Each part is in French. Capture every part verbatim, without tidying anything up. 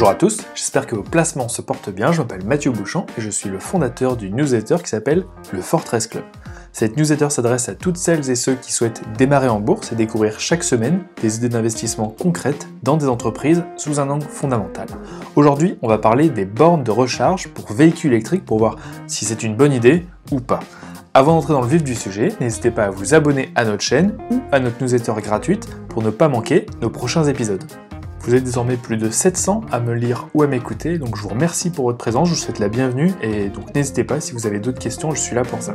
Bonjour à tous, j'espère que vos placements se portent bien, je m'appelle Mathieu Bouchant et je suis le fondateur d'une newsletter qui s'appelle le Fortress Club. Cette newsletter s'adresse à toutes celles et ceux qui souhaitent démarrer en bourse et découvrir chaque semaine des idées d'investissement concrètes dans des entreprises sous un angle fondamental. Aujourd'hui, on va parler des bornes de recharge pour véhicules électriques pour voir si c'est une bonne idée ou pas. Avant d'entrer dans le vif du sujet, n'hésitez pas à vous abonner à notre chaîne ou à notre newsletter gratuite pour ne pas manquer nos prochains épisodes. Vous êtes désormais plus de sept cents à me lire ou à m'écouter, donc je vous remercie pour votre présence, je vous souhaite la bienvenue et donc n'hésitez pas si vous avez d'autres questions, je suis là pour ça.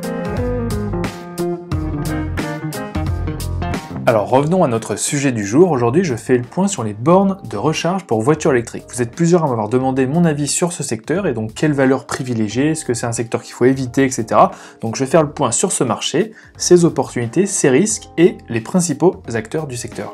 Alors revenons à notre sujet du jour. Aujourd'hui, je fais le point sur les bornes de recharge pour voitures électriques. Vous êtes plusieurs à m'avoir demandé mon avis sur ce secteur et donc quelle valeur privilégier, est-ce que c'est un secteur qu'il faut éviter, et cetera. Donc je vais faire le point sur ce marché, ses opportunités, ses risques et les principaux acteurs du secteur.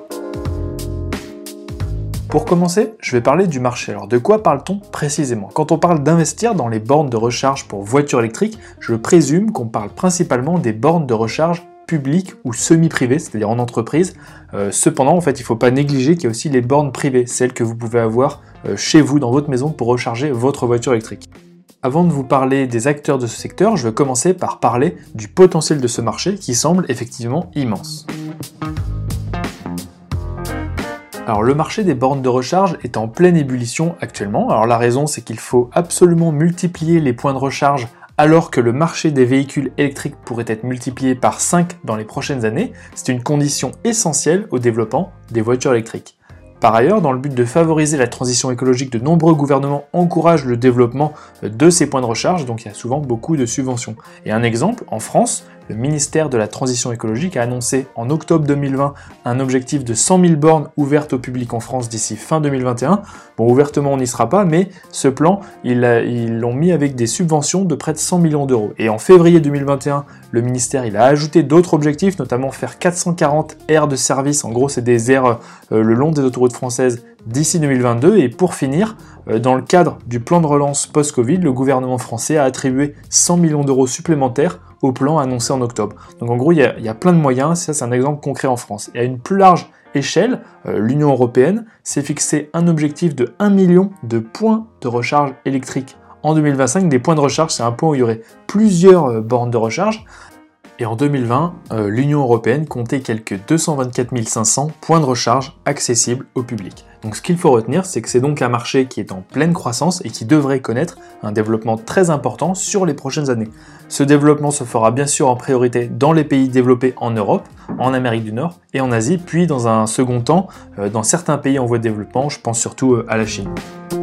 Pour commencer, je vais parler du marché. Alors de quoi parle-t-on précisément? Quand on parle d'investir dans les bornes de recharge pour voitures électriques, je présume qu'on parle principalement des bornes de recharge publiques ou semi-privées, c'est-à-dire en entreprise. Euh, cependant, en fait, il ne faut pas négliger qu'il y a aussi les bornes privées, celles que vous pouvez avoir euh, chez vous, dans votre maison, pour recharger votre voiture électrique. Avant de vous parler des acteurs de ce secteur, je vais commencer par parler du potentiel de ce marché qui semble effectivement immense. Alors le marché des bornes de recharge est en pleine ébullition actuellement. Alors la raison, c'est qu'il faut absolument multiplier les points de recharge alors que le marché des véhicules électriques pourrait être multiplié par cinq dans les prochaines années. C'est une condition essentielle au développement des voitures électriques. Par ailleurs, dans le but de favoriser la transition écologique, de nombreux gouvernements encouragent le développement de ces points de recharge, donc il y a souvent beaucoup de subventions. Et un exemple, en France, le ministère de la Transition écologique a annoncé en octobre deux mille vingt un objectif de cent mille bornes ouvertes au public en France d'ici fin deux mille vingt et un. Bon, ouvertement on n'y sera pas, mais ce plan, ils, ils l'ont mis avec des subventions de près de cent millions d'euros. Et en février deux mille vingt et un, le ministère il a ajouté d'autres objectifs, notamment faire quatre cent quarante aires de service, en gros c'est des aires euh, le long des autoroutes françaises d'ici deux mille vingt-deux. Et pour finir, euh, dans le cadre du plan de relance post-Covid, le gouvernement français a attribué cent millions d'euros supplémentaires au plan annoncé en octobre. Donc en gros, il y a, il y a plein de moyens, ça c'est un exemple concret en France. Et à une plus large échelle, euh, l'Union européenne s'est fixé un objectif de un million de points de recharge électrique en deux mille vingt-cinq. Des points de recharge, c'est un point où il y aurait plusieurs euh, bornes de recharge. Et en deux mille vingt, euh, l'Union européenne comptait quelques deux cent vingt-quatre mille cinq cents points de recharge accessibles au public. Donc ce qu'il faut retenir, c'est que c'est donc un marché qui est en pleine croissance et qui devrait connaître un développement très important sur les prochaines années. Ce développement se fera bien sûr en priorité dans les pays développés en Europe, en Amérique du Nord et en Asie, puis dans un second temps, euh, dans certains pays en voie de développement, je pense surtout euh, à la Chine.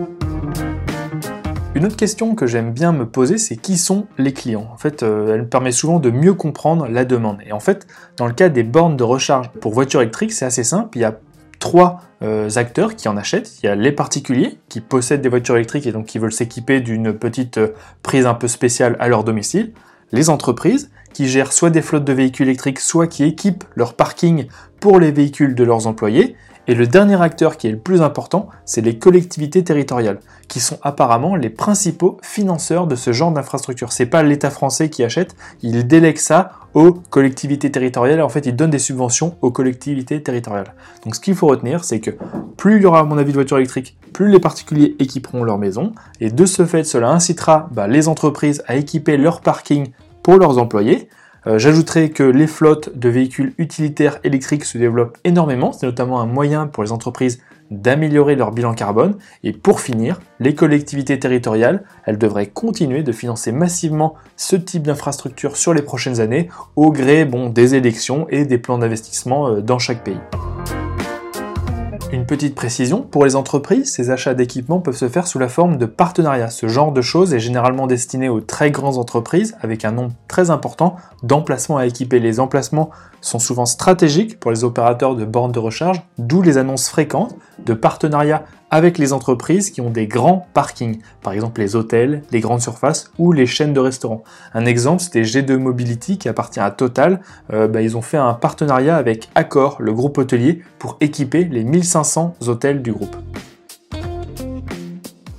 Une autre question que j'aime bien me poser, c'est qui sont les clients? En fait, euh, elle me permet souvent de mieux comprendre la demande. Et en fait, dans le cas des bornes de recharge pour voitures électriques, c'est assez simple. Il y a trois euh, acteurs qui en achètent. Il y a les particuliers qui possèdent des voitures électriques et donc qui veulent s'équiper d'une petite euh, prise un peu spéciale à leur domicile. Les entreprises qui gèrent soit des flottes de véhicules électriques, soit qui équipent leur parking pour les véhicules de leurs employés. Et le dernier acteur qui est le plus important, c'est les collectivités territoriales, qui sont apparemment les principaux financeurs de ce genre d'infrastructure. C'est pas l'État français qui achète, il délègue ça aux collectivités territoriales, en fait il donne des subventions aux collectivités territoriales. Donc ce qu'il faut retenir, c'est que plus il y aura à mon avis de voitures électriques, plus les particuliers équiperont leur maison, et de ce fait cela incitera bah, les entreprises à équiper leur parking pour leurs employés. Euh, j'ajouterai que les flottes de véhicules utilitaires électriques se développent énormément, c'est notamment un moyen pour les entreprises d'améliorer leur bilan carbone. Et pour finir, les collectivités territoriales, elles devraient continuer de financer massivement ce type d'infrastructure sur les prochaines années, au gré bon, des élections et des plans d'investissement euh, dans chaque pays. Une petite précision, pour les entreprises, ces achats d'équipements peuvent se faire sous la forme de partenariats. Ce genre de choses est généralement destiné aux très grandes entreprises avec un nombre très important d'emplacements à équiper. Les emplacements sont souvent stratégiques pour les opérateurs de bornes de recharge, d'où les annonces fréquentes de partenariats avec les entreprises qui ont des grands parkings, par exemple les hôtels, les grandes surfaces ou les chaînes de restaurants. Un exemple, c'était G deux Mobility qui appartient à Total. Euh, bah, ils ont fait un partenariat avec Accor, le groupe hôtelier, pour équiper les mille cinq cents hôtels du groupe.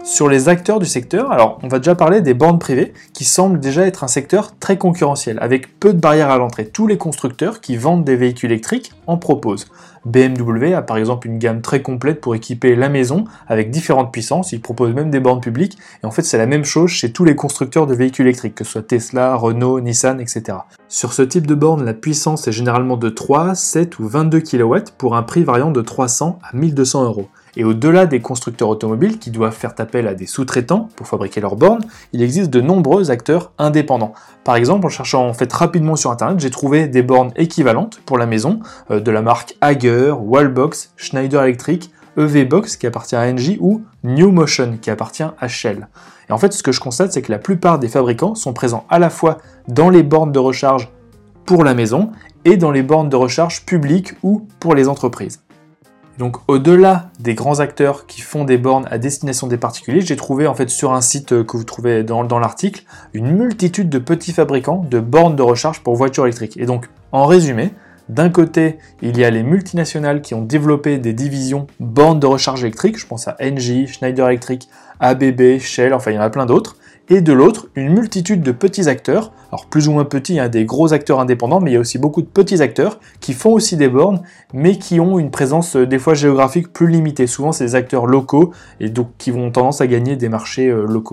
Sur les acteurs du secteur, alors on va déjà parler des bornes privées qui semblent déjà être un secteur très concurrentiel avec peu de barrières à l'entrée. Tous les constructeurs qui vendent des véhicules électriques en proposent. B M W a par exemple une gamme très complète pour équiper la maison avec différentes puissances, ils proposent même des bornes publiques et en fait c'est la même chose chez tous les constructeurs de véhicules électriques, que ce soit Tesla, Renault, Nissan, et cetera. Sur ce type de borne, la puissance est généralement de trois, sept ou vingt-deux kilowatts pour un prix variant de trois cents à mille deux cents euros. Et au-delà des constructeurs automobiles qui doivent faire appel à des sous-traitants pour fabriquer leurs bornes, il existe de nombreux acteurs indépendants. Par exemple, en cherchant en fait rapidement sur internet, j'ai trouvé des bornes équivalentes pour la maison euh, de la marque Hager, Wallbox, Schneider Electric, E V Box qui appartient à Engie ou New Motion qui appartient à Shell. Et en fait, ce que je constate, c'est que la plupart des fabricants sont présents à la fois dans les bornes de recharge pour la maison et dans les bornes de recharge publiques ou pour les entreprises. Donc au-delà des grands acteurs qui font des bornes à destination des particuliers, j'ai trouvé en fait sur un site que vous trouvez dans, dans l'article une multitude de petits fabricants de bornes de recharge pour voitures électriques. Et donc en résumé, d'un côté, il y a les multinationales qui ont développé des divisions bornes de recharge électrique, je pense à Engie, Schneider Electric, A B B, Shell, enfin il y en a plein d'autres. Et de l'autre, une multitude de petits acteurs, alors plus ou moins petits, il y a des gros acteurs indépendants, mais il y a aussi beaucoup de petits acteurs qui font aussi des bornes, mais qui ont une présence euh, des fois géographique plus limitée. Souvent, c'est des acteurs locaux, et donc qui vont tendance à gagner des marchés euh, locaux.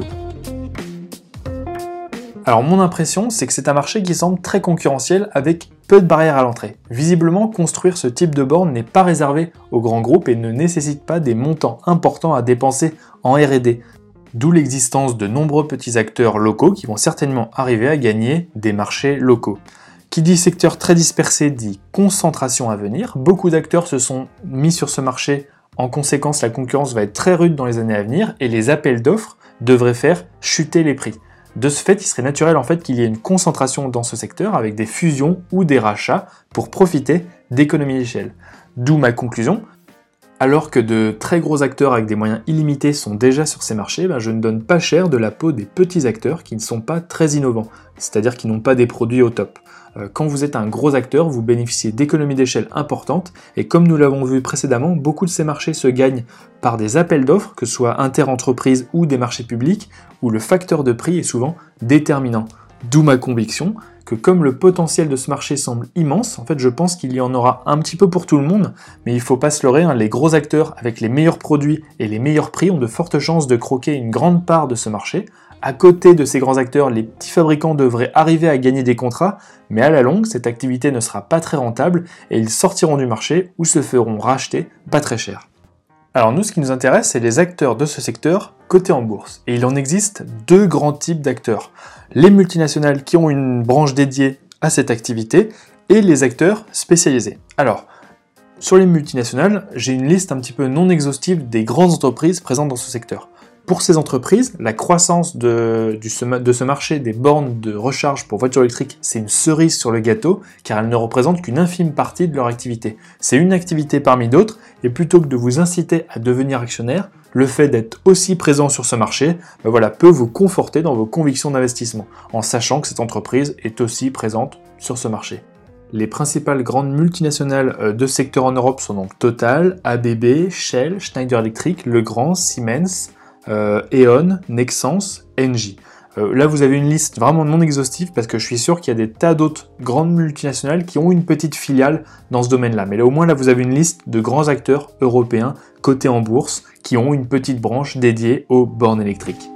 Alors mon impression, c'est que c'est un marché qui semble très concurrentiel avec peu de barrières à l'entrée. Visiblement, construire ce type de borne n'est pas réservé aux grands groupes et ne nécessite pas des montants importants à dépenser en R et D. D'où l'existence de nombreux petits acteurs locaux qui vont certainement arriver à gagner des marchés locaux. Qui dit secteur très dispersé dit concentration à venir. Beaucoup d'acteurs se sont mis sur ce marché, en conséquence la concurrence va être très rude dans les années à venir et les appels d'offres devraient faire chuter les prix. De ce fait, il serait naturel en fait qu'il y ait une concentration dans ce secteur avec des fusions ou des rachats pour profiter d'économies d'échelle. D'où ma conclusion. Alors que de très gros acteurs avec des moyens illimités sont déjà sur ces marchés, ben je ne donne pas cher de la peau des petits acteurs qui ne sont pas très innovants, c'est-à-dire qui n'ont pas des produits au top. Quand vous êtes un gros acteur, vous bénéficiez d'économies d'échelle importantes, et comme nous l'avons vu précédemment, beaucoup de ces marchés se gagnent par des appels d'offres, que ce soit inter-entreprises ou des marchés publics, où le facteur de prix est souvent déterminant. D'où ma conviction que comme le potentiel de ce marché semble immense, en fait je pense qu'il y en aura un petit peu pour tout le monde, mais il ne faut pas se leurrer, hein, les gros acteurs avec les meilleurs produits et les meilleurs prix ont de fortes chances de croquer une grande part de ce marché. À côté de ces grands acteurs, les petits fabricants devraient arriver à gagner des contrats, mais à la longue, cette activité ne sera pas très rentable et ils sortiront du marché ou se feront racheter pas très cher. Alors nous, ce qui nous intéresse, c'est les acteurs de ce secteur cotés en bourse. Et il en existe deux grands types d'acteurs. Les multinationales qui ont une branche dédiée à cette activité et les acteurs spécialisés. Alors, sur les multinationales, j'ai une liste un petit peu non exhaustive des grandes entreprises présentes dans ce secteur. Pour ces entreprises, la croissance de, du, de ce marché des bornes de recharge pour voitures électriques, c'est une cerise sur le gâteau, car elle ne représente qu'une infime partie de leur activité. C'est une activité parmi d'autres, et plutôt que de vous inciter à devenir actionnaire, le fait d'être aussi présent sur ce marché ben voilà, peut vous conforter dans vos convictions d'investissement, en sachant que cette entreprise est aussi présente sur ce marché. Les principales grandes multinationales de secteur en Europe sont donc Total, A B B, Shell, Schneider Electric, Legrand, Siemens, Euh, E.ON, Nexans, Engie. Euh, là, vous avez une liste vraiment non exhaustive parce que je suis sûr qu'il y a des tas d'autres grandes multinationales qui ont une petite filiale dans ce domaine-là. Mais là, au moins, là, vous avez une liste de grands acteurs européens cotés en bourse qui ont une petite branche dédiée aux bornes électriques.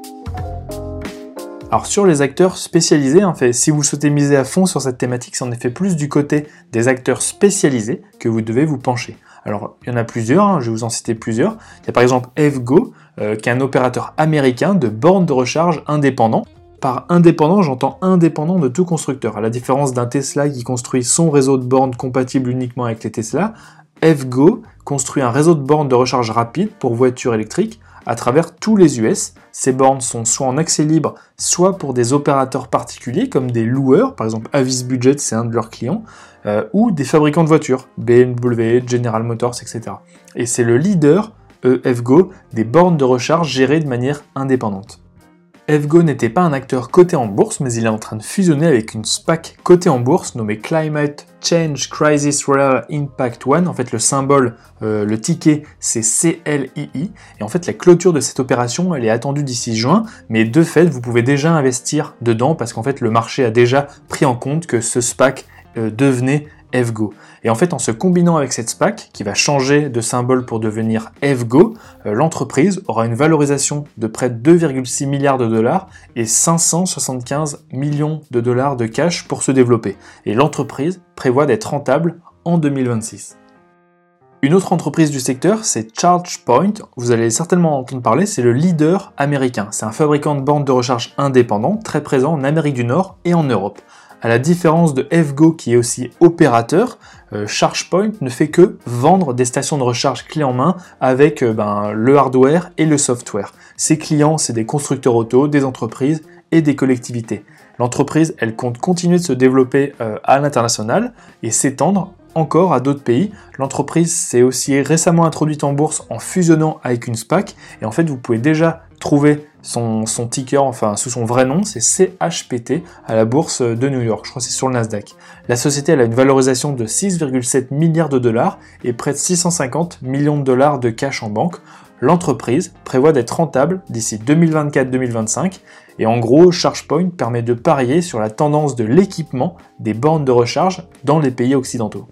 Alors sur les acteurs spécialisés, en fait, si vous souhaitez miser à fond sur cette thématique, c'est en effet plus du côté des acteurs spécialisés que vous devez vous pencher. Alors il y en a plusieurs, hein, je vais vous en citer plusieurs. Il y a par exemple EVgo, euh, qui est un opérateur américain de bornes de recharge indépendant. Par indépendant, j'entends indépendant de tout constructeur. À la différence d'un Tesla qui construit son réseau de bornes compatible uniquement avec les Tesla, EVgo construit un réseau de bornes de recharge rapide pour voitures électriques à travers tous les U S. Ces bornes sont soit en accès libre, soit pour des opérateurs particuliers comme des loueurs, par exemple Avis Budget, c'est un de leurs clients, euh, ou des fabricants de voitures, B M W, General Motors, et cetera. Et c'est le leader, EVgo, des bornes de recharge gérées de manière indépendante. EVgo n'était pas un acteur coté en bourse, mais il est en train de fusionner avec une SPAC cotée en bourse nommée Climate Change Crisis Real Impact One. En fait, le symbole, euh, le ticket, c'est C L I I. Et en fait, la clôture de cette opération, elle est attendue d'ici juin, mais de fait, vous pouvez déjà investir dedans parce qu'en fait, le marché a déjà pris en compte que ce SPAC euh, devenait EVgo. Et en fait, en se combinant avec cette SPAC, qui va changer de symbole pour devenir EVgo, euh, l'entreprise aura une valorisation de près de deux virgule six milliards de dollars et cinq cent soixante-quinze millions de dollars de cash pour se développer. Et l'entreprise prévoit d'être rentable en deux mille vingt-six. Une autre entreprise du secteur, c'est ChargePoint. Vous allez certainement entendre parler, c'est le leader américain. C'est un fabricant de bornes de recharge indépendant, très présent en Amérique du Nord et en Europe. À la différence de EVgo qui est aussi opérateur, euh, ChargePoint ne fait que vendre des stations de recharge clés en main avec euh, ben, le hardware et le software. Ses clients, c'est des constructeurs auto, des entreprises et des collectivités. L'entreprise, elle compte continuer de se développer euh, à l'international et s'étendre encore à d'autres pays. L'entreprise s'est aussi récemment introduite en bourse en fusionnant avec une SPAC et en fait vous pouvez déjà trouver son, son ticker, enfin sous son vrai nom, c'est C H P T à la bourse de New York, je crois que c'est sur le Nasdaq. La société elle a une valorisation de six virgule sept milliards de dollars et près de six cent cinquante millions de dollars de cash en banque. L'entreprise prévoit d'être rentable d'ici deux mille vingt-quatre deux mille vingt-cinq et en gros, ChargePoint permet de parier sur la tendance de l'équipement des bornes de recharge dans les pays occidentaux.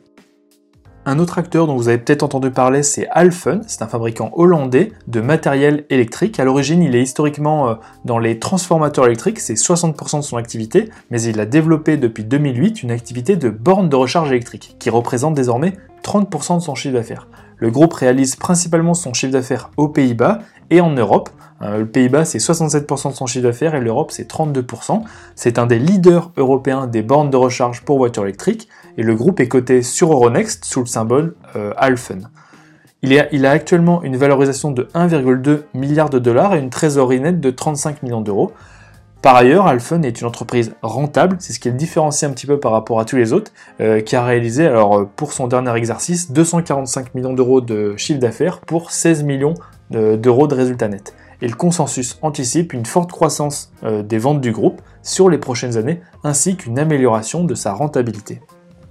Un autre acteur dont vous avez peut-être entendu parler, c'est Alfen. C'est un fabricant hollandais de matériel électrique. À l'origine, il est historiquement dans les transformateurs électriques, c'est soixante pour cent de son activité, mais il a développé depuis deux mille huit une activité de bornes de recharge électrique, qui représente désormais trente pour cent de son chiffre d'affaires. Le groupe réalise principalement son chiffre d'affaires aux Pays-Bas et en Europe. Euh, le Pays-Bas, c'est soixante-sept pour cent de son chiffre d'affaires et l'Europe, c'est trente-deux pour cent. C'est un des leaders européens des bornes de recharge pour voitures électriques et le groupe est coté sur Euronext sous le symbole euh, Alfen. Il, est, il a actuellement une valorisation de un virgule deux milliard de dollars et une trésorerie nette de trente-cinq millions d'euros. Par ailleurs, Alfen est une entreprise rentable, c'est ce qui le différencie un petit peu par rapport à tous les autres, euh, qui a réalisé alors pour son dernier exercice deux cent quarante-cinq millions d'euros de chiffre d'affaires pour seize millions d'euros de résultats nets. Et le consensus anticipe une forte croissance euh, des ventes du groupe sur les prochaines années, ainsi qu'une amélioration de sa rentabilité.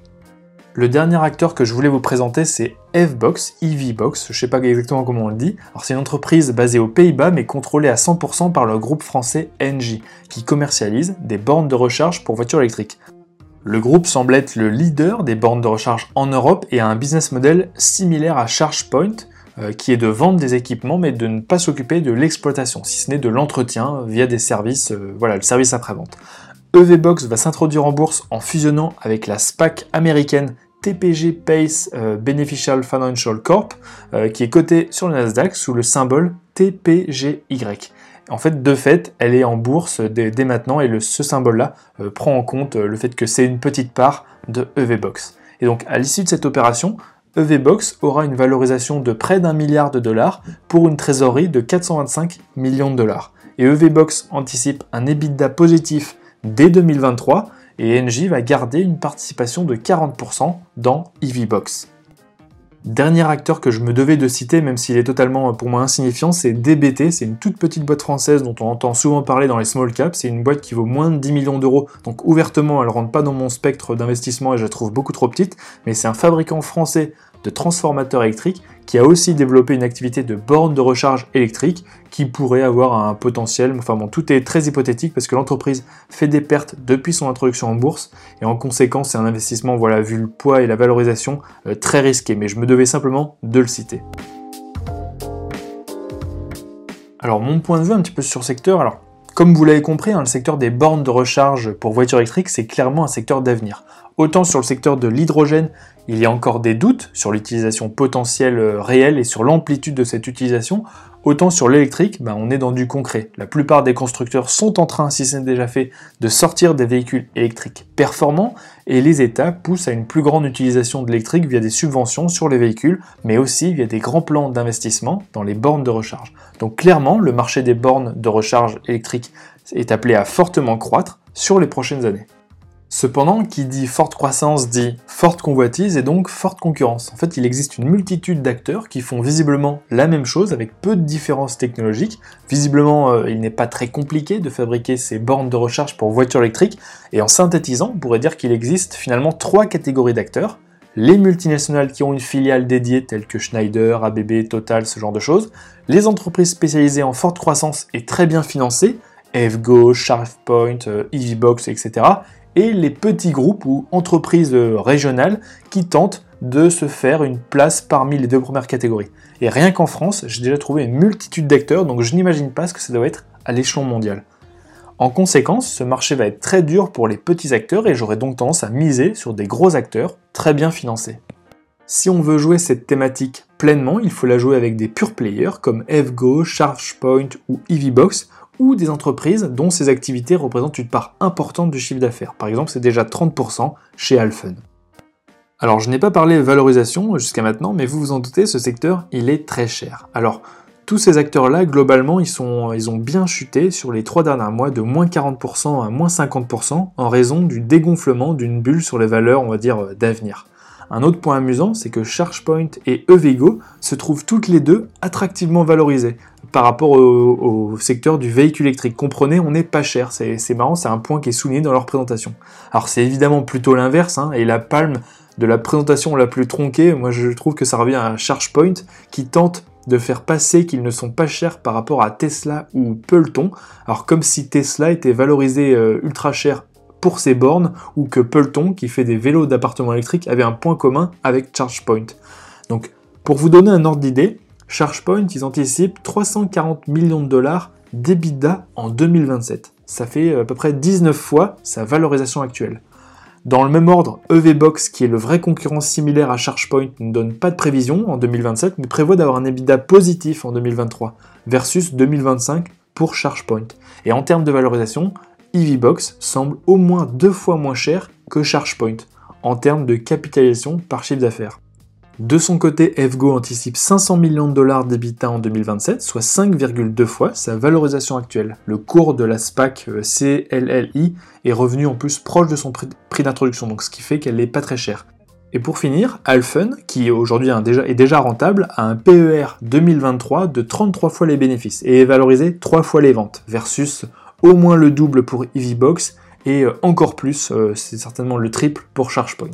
Le dernier acteur que je voulais vous présenter, c'est EVbox, EVbox, je ne sais pas exactement comment on le dit. Alors c'est une entreprise basée aux Pays-Bas, mais contrôlée à cent pour cent par le groupe français Engie, qui commercialise des bornes de recharge pour voitures électriques. Le groupe semble être le leader des bornes de recharge en Europe et a un business model similaire à ChargePoint, euh, qui est de vendre des équipements, mais de ne pas s'occuper de l'exploitation, si ce n'est de l'entretien via des services, euh, voilà, le service après-vente. EVbox va s'introduire en bourse en fusionnant avec la SPAC américaine T P G Pace euh, Beneficial Financial Corp, euh, qui est cotée sur le Nasdaq sous le symbole T P G Y. En fait, de fait, elle est en bourse dès, dès maintenant et le, ce symbole-là euh, prend en compte euh, le fait que c'est une petite part de EVbox. Et donc, à l'issue de cette opération, EVbox aura une valorisation de près d'un milliard de dollars pour une trésorerie de quatre cent vingt-cinq millions de dollars. Et EVbox anticipe un EBITDA positif dès deux mille vingt-trois, et Engie va garder une participation de quarante pour cent dans EVbox. Dernier acteur que je me devais de citer, même s'il est totalement pour moi insignifiant, c'est D B T. C'est une toute petite boîte française dont on entend souvent parler dans les small caps. C'est une boîte qui vaut moins de dix millions d'euros, donc ouvertement elle ne rentre pas dans mon spectre d'investissement et je la trouve beaucoup trop petite, mais c'est un fabricant français de transformateurs électriques qui a aussi développé une activité de borne de recharge électrique qui pourrait avoir un potentiel, enfin bon, tout est très hypothétique parce que l'entreprise fait des pertes depuis son introduction en bourse et en conséquence c'est un investissement, voilà, vu le poids et la valorisation, euh, très risqué, mais je me devais simplement de le citer. Alors mon point de vue un petit peu sur le secteur, alors comme vous l'avez compris, hein, le secteur des bornes de recharge pour voitures électriques, c'est clairement un secteur d'avenir. Autant sur le secteur de l'hydrogène, il y a encore des doutes sur l'utilisation potentielle réelle et sur l'amplitude de cette utilisation, autant sur l'électrique, ben on est dans du concret. La plupart des constructeurs sont en train, si ce n'est déjà fait, de sortir des véhicules électriques performants et les États poussent à une plus grande utilisation de l'électrique via des subventions sur les véhicules, mais aussi via des grands plans d'investissement dans les bornes de recharge. Donc clairement, le marché des bornes de recharge électrique est appelé à fortement croître sur les prochaines années. Cependant, qui dit forte croissance dit forte convoitise et donc forte concurrence. En fait, il existe une multitude d'acteurs qui font visiblement la même chose avec peu de différences technologiques. Visiblement, euh, il n'est pas très compliqué de fabriquer ces bornes de recharge pour voitures électriques, et en synthétisant, on pourrait dire qu'il existe finalement trois catégories d'acteurs. Les multinationales qui ont une filiale dédiée telles que Schneider, A B B, Total, ce genre de choses. Les entreprises spécialisées en forte croissance et très bien financées, EVgo, ChargePoint, euh, EVBox, et cetera. Et les petits groupes ou entreprises régionales qui tentent de se faire une place parmi les deux premières catégories. Et rien qu'en France, j'ai déjà trouvé une multitude d'acteurs, donc je n'imagine pas ce que ça doit être à l'échelon mondial. En conséquence, ce marché va être très dur pour les petits acteurs et j'aurais donc tendance à miser sur des gros acteurs très bien financés. Si on veut jouer cette thématique pleinement, il faut la jouer avec des pure players comme EVgo, ChargePoint ou EVBox, ou des entreprises dont ces activités représentent une part importante du chiffre d'affaires. Par exemple, c'est déjà trente pour cent chez Alfen. Alors, je n'ai pas parlé valorisation jusqu'à maintenant, mais vous vous en doutez, ce secteur, il est très cher. Alors, tous ces acteurs-là, globalement, ils, sont, ils ont bien chuté sur les trois derniers mois de moins quarante pour cent à moins cinquante pour cent en raison du dégonflement d'une bulle sur les valeurs, on va dire, d'avenir. Un autre point amusant, c'est que ChargePoint et EVgo se trouvent toutes les deux attractivement valorisées par rapport au, au secteur du véhicule électrique. Comprenez, on n'est pas cher, c'est, c'est marrant, c'est un point qui est souligné dans leur présentation. Alors c'est évidemment plutôt l'inverse, hein, et la palme de la présentation la plus tronquée, moi je trouve que ça revient à ChargePoint qui tente de faire passer qu'ils ne sont pas chers par rapport à Tesla ou Peloton, alors comme si Tesla était valorisé euh, ultra cher pour ses bornes, ou que Peloton, qui fait des vélos d'appartement électriques, avait un point commun avec ChargePoint. Donc, pour vous donner un ordre d'idée, ChargePoint, ils anticipent trois cent quarante millions de dollars d'EBITDA en deux mille vingt-sept. Ça fait à peu près dix-neuf fois sa valorisation actuelle. Dans le même ordre, EVBox, qui est le vrai concurrent similaire à ChargePoint, ne donne pas de prévision en deux mille vingt-sept, mais prévoit d'avoir un EBITDA positif en deux mille vingt-trois, versus deux mille vingt-cinq pour ChargePoint. Et en termes de valorisation, EVBox semble au moins deux fois moins cher que ChargePoint, en termes de capitalisation par chiffre d'affaires. De son côté, EVgo anticipe cinq cents millions de dollars d'EBITDA en deux mille vingt-sept, soit cinq virgule deux fois sa valorisation actuelle. Le cours de la SPAC C L L I est revenu en plus proche de son prix d'introduction, donc ce qui fait qu'elle n'est pas très chère. Et pour finir, Alfen, qui aujourd'hui est déjà rentable, a un P E R deux mille vingt-trois de trente-trois fois les bénéfices et est valorisé trois fois les ventes, versus au moins le double pour EVBox et encore plus, c'est certainement le triple pour ChargePoint.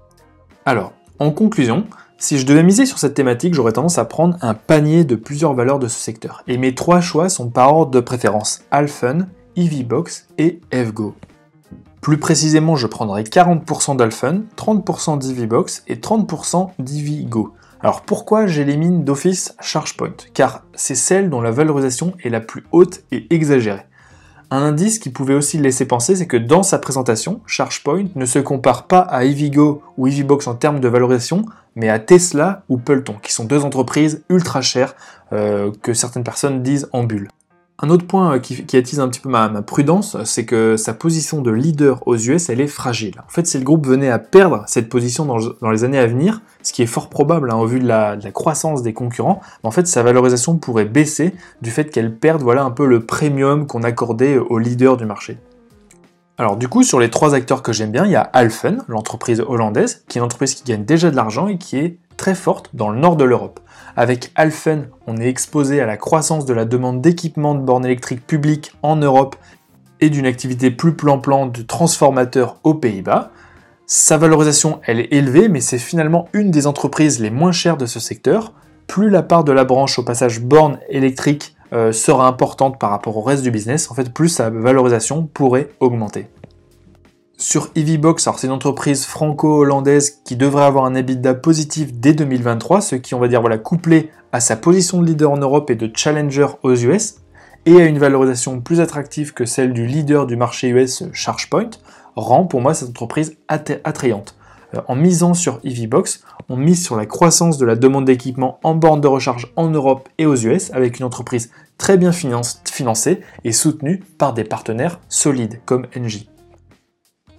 Alors, en conclusion, si je devais miser sur cette thématique, j'aurais tendance à prendre un panier de plusieurs valeurs de ce secteur. Et mes trois choix sont par ordre de préférence, Alfen, EVBox et EVgo. Plus précisément, je prendrai quarante pour cent d'Alfen, trente pour cent d'EVBox et trente pour cent d'EVgo. Alors pourquoi j'élimine d'office ChargePoint? Car c'est celle dont la valorisation est la plus haute et exagérée. Un indice qui pouvait aussi le laisser penser, c'est que dans sa présentation, ChargePoint ne se compare pas à EVgo ou EVBox en termes de valorisation, mais à Tesla ou Peloton, qui sont deux entreprises ultra chères euh, que certaines personnes disent en bulle. Un autre point qui, qui attise un petit peu ma, ma prudence, c'est que sa position de leader aux U S, elle est fragile. En fait, si le groupe venait à perdre cette position dans, dans les années à venir, ce qui est fort probable hein, au vu de la, de la croissance des concurrents, en fait, sa valorisation pourrait baisser du fait qu'elle perde voilà, un peu le premium qu'on accordait aux leaders du marché. Alors du coup, sur les trois acteurs que j'aime bien, il y a Alfen, l'entreprise hollandaise, qui est une entreprise qui gagne déjà de l'argent et qui est très forte dans le nord de l'Europe. Avec Alfen, on est exposé à la croissance de la demande d'équipements de bornes électriques publiques en Europe et d'une activité plus plan-plan de transformateurs aux Pays-Bas. Sa valorisation, elle est élevée, mais c'est finalement une des entreprises les moins chères de ce secteur. Plus la part de la branche au passage bornes électriques euh, sera importante par rapport au reste du business, en fait, plus sa valorisation pourrait augmenter. Sur EVBox, alors c'est une entreprise franco-hollandaise qui devrait avoir un EBITDA positif dès deux mille vingt-trois, ce qui, on va dire, voilà, couplé à sa position de leader en Europe et de challenger aux U S, et à une valorisation plus attractive que celle du leader du marché U S, ChargePoint, rend pour moi cette entreprise attrayante. En misant sur EVBox, on mise sur la croissance de la demande d'équipement en bornes de recharge en Europe et aux U S, avec une entreprise très bien financée et soutenue par des partenaires solides comme Engie.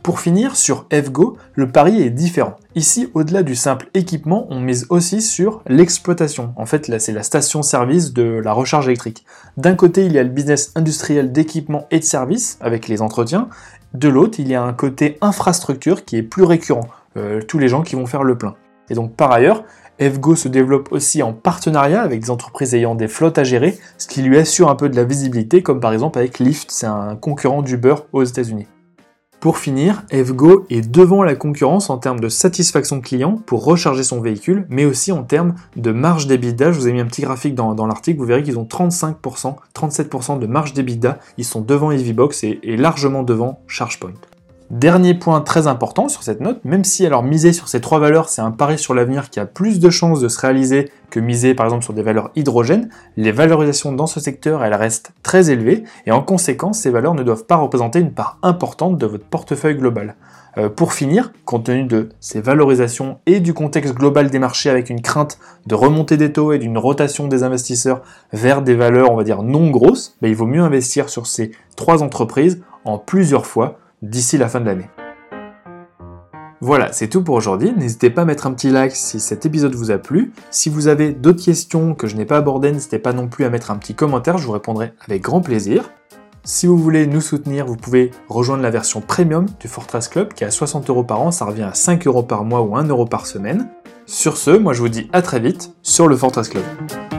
Pour finir, sur F Go, le pari est différent. Ici, au-delà du simple équipement, on mise aussi sur l'exploitation. En fait, là, c'est la station-service de la recharge électrique. D'un côté, il y a le business industriel d'équipement et de services, avec les entretiens. De l'autre, il y a un côté infrastructure qui est plus récurrent, euh, tous les gens qui vont faire le plein. Et donc, par ailleurs, F Go se développe aussi en partenariat avec des entreprises ayant des flottes à gérer, ce qui lui assure un peu de la visibilité, comme par exemple avec Lyft, c'est un concurrent d'Uber aux États-Unis. Pour finir, F Go est devant la concurrence en termes de satisfaction client pour recharger son véhicule, mais aussi en termes de marge d'EBITDA. Je vous ai mis un petit graphique dans, dans l'article, vous verrez qu'ils ont trente-cinq pour cent, trente-sept pour cent de marge d'EBITDA, ils sont devant EVBox et, et largement devant ChargePoint. Dernier point très important sur cette note, même si alors miser sur ces trois valeurs, c'est un pari sur l'avenir qui a plus de chances de se réaliser que miser par exemple sur des valeurs hydrogène, les valorisations dans ce secteur, elles restent très élevées et en conséquence, ces valeurs ne doivent pas représenter une part importante de votre portefeuille global. Euh, pour finir, compte tenu de ces valorisations et du contexte global des marchés avec une crainte de remontée des taux et d'une rotation des investisseurs vers des valeurs, on va dire, non grosses, ben, il vaut mieux investir sur ces trois entreprises en plusieurs fois d'ici la fin de l'année. Voilà, c'est tout pour aujourd'hui. N'hésitez pas à mettre un petit like si cet épisode vous a plu. Si vous avez d'autres questions que je n'ai pas abordées, n'hésitez pas non plus à mettre un petit commentaire, je vous répondrai avec grand plaisir. Si vous voulez nous soutenir, vous pouvez rejoindre la version premium du Fortress Club qui est à soixante euros par an, ça revient à cinq euros par mois ou un euro par semaine. Sur ce, moi je vous dis à très vite sur le Fortress Club.